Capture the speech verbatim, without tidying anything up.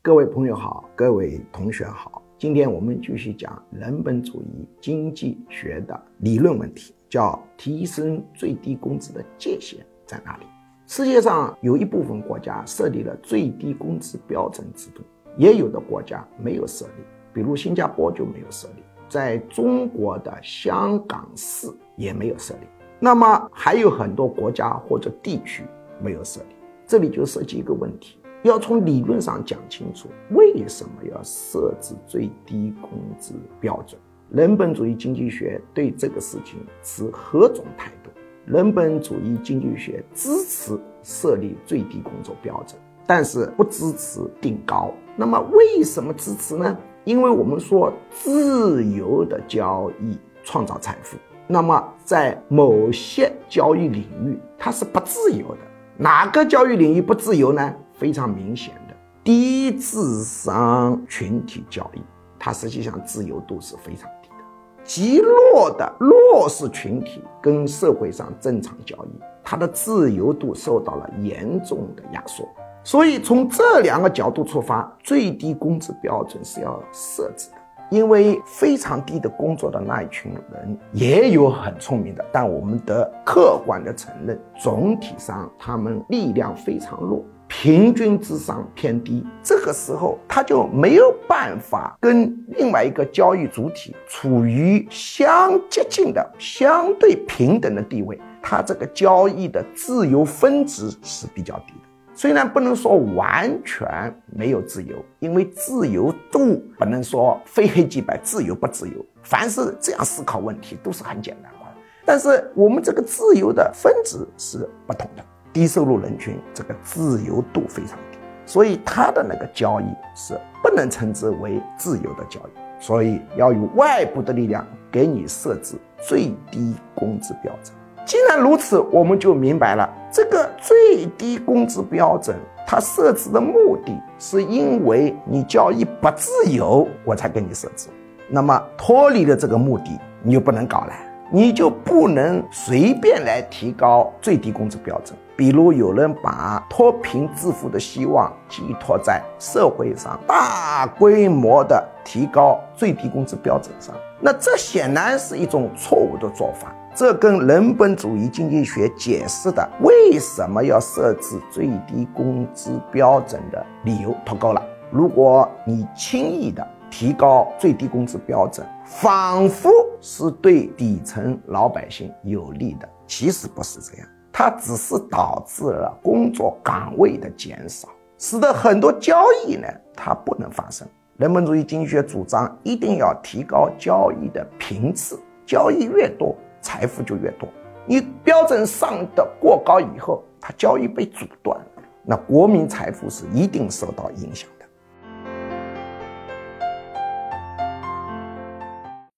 各位朋友好，各位同学好，今天我们继续讲人本主义经济学的理论问题，叫提升最低工资的界限在哪里？世界上有一部分国家设立了最低工资标准制度，也有的国家没有设立，比如新加坡就没有设立，在中国的香港市也没有设立，那么还有很多国家或者地区没有设立。这里就涉及一个问题，要从理论上讲清楚为什么要设置最低工资标准。人本主义经济学对这个事情持何种态度？人本主义经济学支持设立最低工资标准，但是不支持定高。那么为什么支持呢？因为我们说自由的交易创造财富，那么在某些交易领域它是不自由的。哪个交易领域不自由呢？非常明显的，低智商群体交易，它实际上自由度是非常低的。极弱的弱势群体跟社会上正常交易，它的自由度受到了严重的压缩。所以从这两个角度出发，最低工资标准是要设置的。因为非常低的工作的那一群人也有很聪明的，但我们得客观的承认，总体上他们力量非常弱，平均智商偏低，这个时候他就没有办法跟另外一个交易主体处于相接近的相对平等的地位，他这个交易的自由分值是比较低的。虽然不能说完全没有自由，因为自由度不能说非黑即白，自由不自由，凡是这样思考问题都是很简单的。但是我们这个自由的分值是不同的，低收入人群这个自由度非常低，所以他的那个交易是不能称之为自由的交易，所以要有外部的力量给你设置最低工资标准。既然如此，我们就明白了，这个最低工资标准它设置的目的是因为你交易不自由我才给你设置，那么脱离了这个目的你就不能搞了，你就不能随便来提高最低工资标准。比如有人把脱贫致富的希望寄托在社会上大规模的提高最低工资标准上，那这显然是一种错误的做法，这跟人本主义经济学解释的为什么要设置最低工资标准的理由脱钩了。如果你轻易的提高最低工资标准，仿佛是对底层老百姓有利的，其实不是这样，它只是导致了工作岗位的减少，使得很多交易呢它不能发生。人本主义经济学主张一定要提高交易的频次，交易越多财富就越多，你标准上的过高以后，它交易被阻断了，那国民财富是一定受到影响的。